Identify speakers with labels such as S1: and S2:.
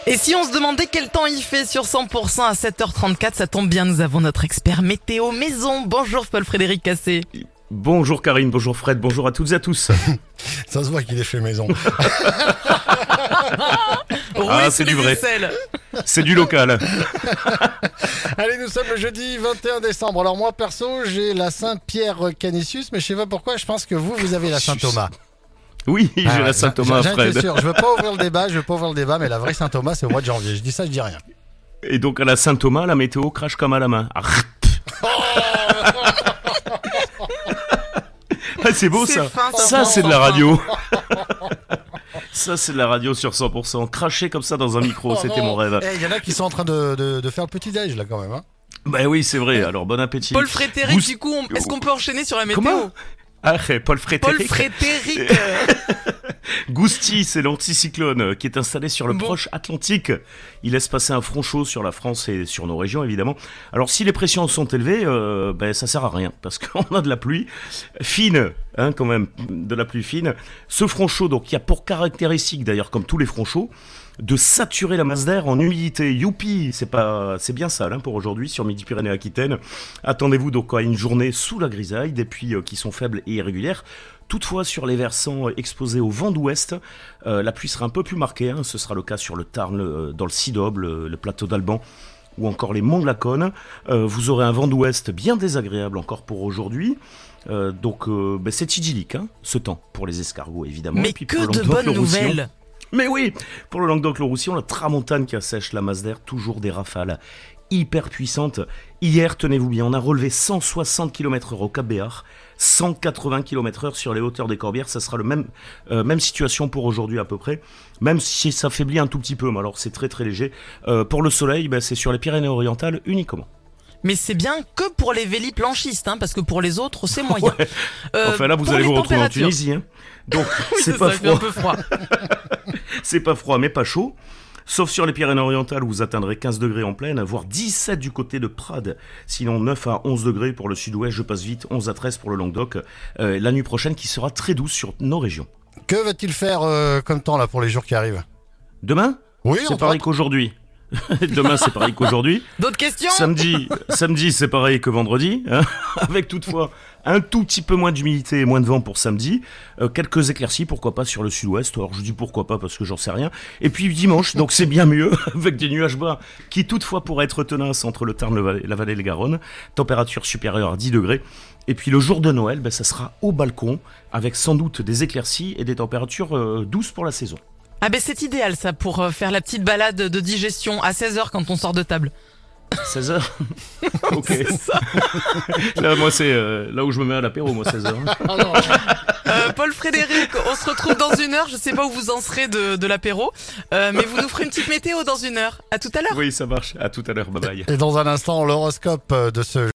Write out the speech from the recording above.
S1: Et si on se demandait quel temps il fait sur 100% à 7h34, ça tombe bien, nous avons notre expert météo maison. Bonjour Paul-Frédéric Cassé.
S2: Bonjour Karine, bonjour Fred, bonjour à toutes et à tous.
S3: Ça se voit qu'il est fait maison.
S2: C'est du vrai. C'est du local.
S3: Allez, nous sommes le jeudi 21 décembre. Alors moi, perso, j'ai la Saint-Pierre Canisius, mais je sais pas pourquoi, je pense que vous avez la Saint-Thomas.
S2: Oui, j'ai la Saint-Thomas, Fred.
S3: Sûr. Je veux pas ouvrir le débat, mais la vraie Saint-Thomas, c'est au mois de janvier. Je dis ça, je dis rien.
S2: Et donc à la Saint-Thomas, la météo crache comme à la main. Ah, c'est beau ça. Ça c'est de la radio. Ça c'est de la radio sur 100%. Cracher comme ça dans un micro, c'était mon rêve.
S3: Il y en a qui sont en train de faire le petit déj là quand même. Hein.
S2: Bah oui, c'est vrai. Alors bon appétit.
S1: Paul-Frédéric, du coup, est-ce qu'on peut enchaîner sur la météo?
S2: Comment? Paul-Frédéric.
S1: Paul-Frédéric.
S2: Gousti, c'est l'anticyclone qui est installé sur le proche Atlantique. Il laisse passer un front chaud sur la France et sur nos régions, évidemment. Alors, si les pressions sont élevées, ça sert à rien, parce qu'on a de la pluie fine, quand même, de la pluie fine. Ce front chaud, donc, qui a pour caractéristique, d'ailleurs, comme tous les fronts chauds, de saturer la masse d'air en humidité. Youpi, c'est bien ça pour aujourd'hui sur Midi-Pyrénées-Aquitaine. Attendez-vous donc à une journée sous la grisaille, des pluies qui sont faibles et irrégulières. Toutefois, sur les versants exposés au vent d'ouest, la pluie sera un peu plus marquée. Ce sera le cas sur le Tarn, dans le Sidoble, le plateau d'Alban ou encore les monts de la Cône. Vous aurez un vent d'ouest bien désagréable encore pour aujourd'hui. Donc c'est idyllique, ce temps pour les escargots évidemment.
S1: Mais
S2: et puis,
S1: que de bonnes nouvelles!
S2: Mais oui, pour le Languedoc-le-Roussillon, la tramontane qui assèche la masse d'air, toujours des rafales hyper puissantes. Hier, tenez-vous bien, on a relevé 160 km/h au Cap Béar, 180 km/h sur les hauteurs des Corbières. Ça sera le même situation pour aujourd'hui à peu près, même si ça faiblit un tout petit peu, mais alors c'est très très léger. Pour le soleil, c'est sur les Pyrénées-Orientales uniquement.
S1: Mais c'est bien que pour les véliplanchistes, parce que pour les autres, c'est moyen.
S2: Ouais. Enfin là, vous allez vous retrouver en Tunisie. Donc,
S1: oui,
S2: c'est pas froid.
S1: Un peu froid.
S2: C'est pas froid, mais pas chaud. Sauf sur les Pyrénées-Orientales où vous atteindrez 15 degrés en pleine, voire 17 du côté de Prades. Sinon 9 à 11 degrés pour le sud-ouest, je passe vite, 11 à 13 pour le Languedoc. La nuit prochaine qui sera très douce sur nos régions.
S3: Que va-t-il faire comme temps là pour les jours qui arrivent?
S2: Demain?
S3: Oui,
S2: c'est pareil qu'aujourd'hui. Demain c'est pareil qu'aujourd'hui.
S1: D'autres questions?
S2: Samedi c'est pareil que vendredi, avec toutefois un tout petit peu moins d'humidité et moins de vent pour samedi, quelques éclaircies pourquoi pas sur le sud-ouest, alors je dis pourquoi pas parce que j'en sais rien, et puis dimanche donc c'est bien mieux avec des nuages bas qui toutefois pourraient être tenaces entre le Tarn, la vallée et le Garonne, température supérieure à 10 degrés. Et puis le jour de Noël, ça sera au balcon avec sans doute des éclaircies et des températures douces pour la saison.
S1: Ah c'est idéal ça pour faire la petite balade de digestion à 16h quand on sort de table.
S2: 16h. Ok.
S1: C'est ça.
S2: Là, moi, c'est là où je me mets à l'apéro, moi, 16h.
S1: Paul-Frédéric, on se retrouve dans une heure. Je sais pas où vous en serez de l'apéro, mais vous nous ferez une petite météo dans une heure. À tout à l'heure.
S2: Oui, ça marche. À tout à l'heure. Bye bye.
S3: Et dans un instant, l'horoscope de ce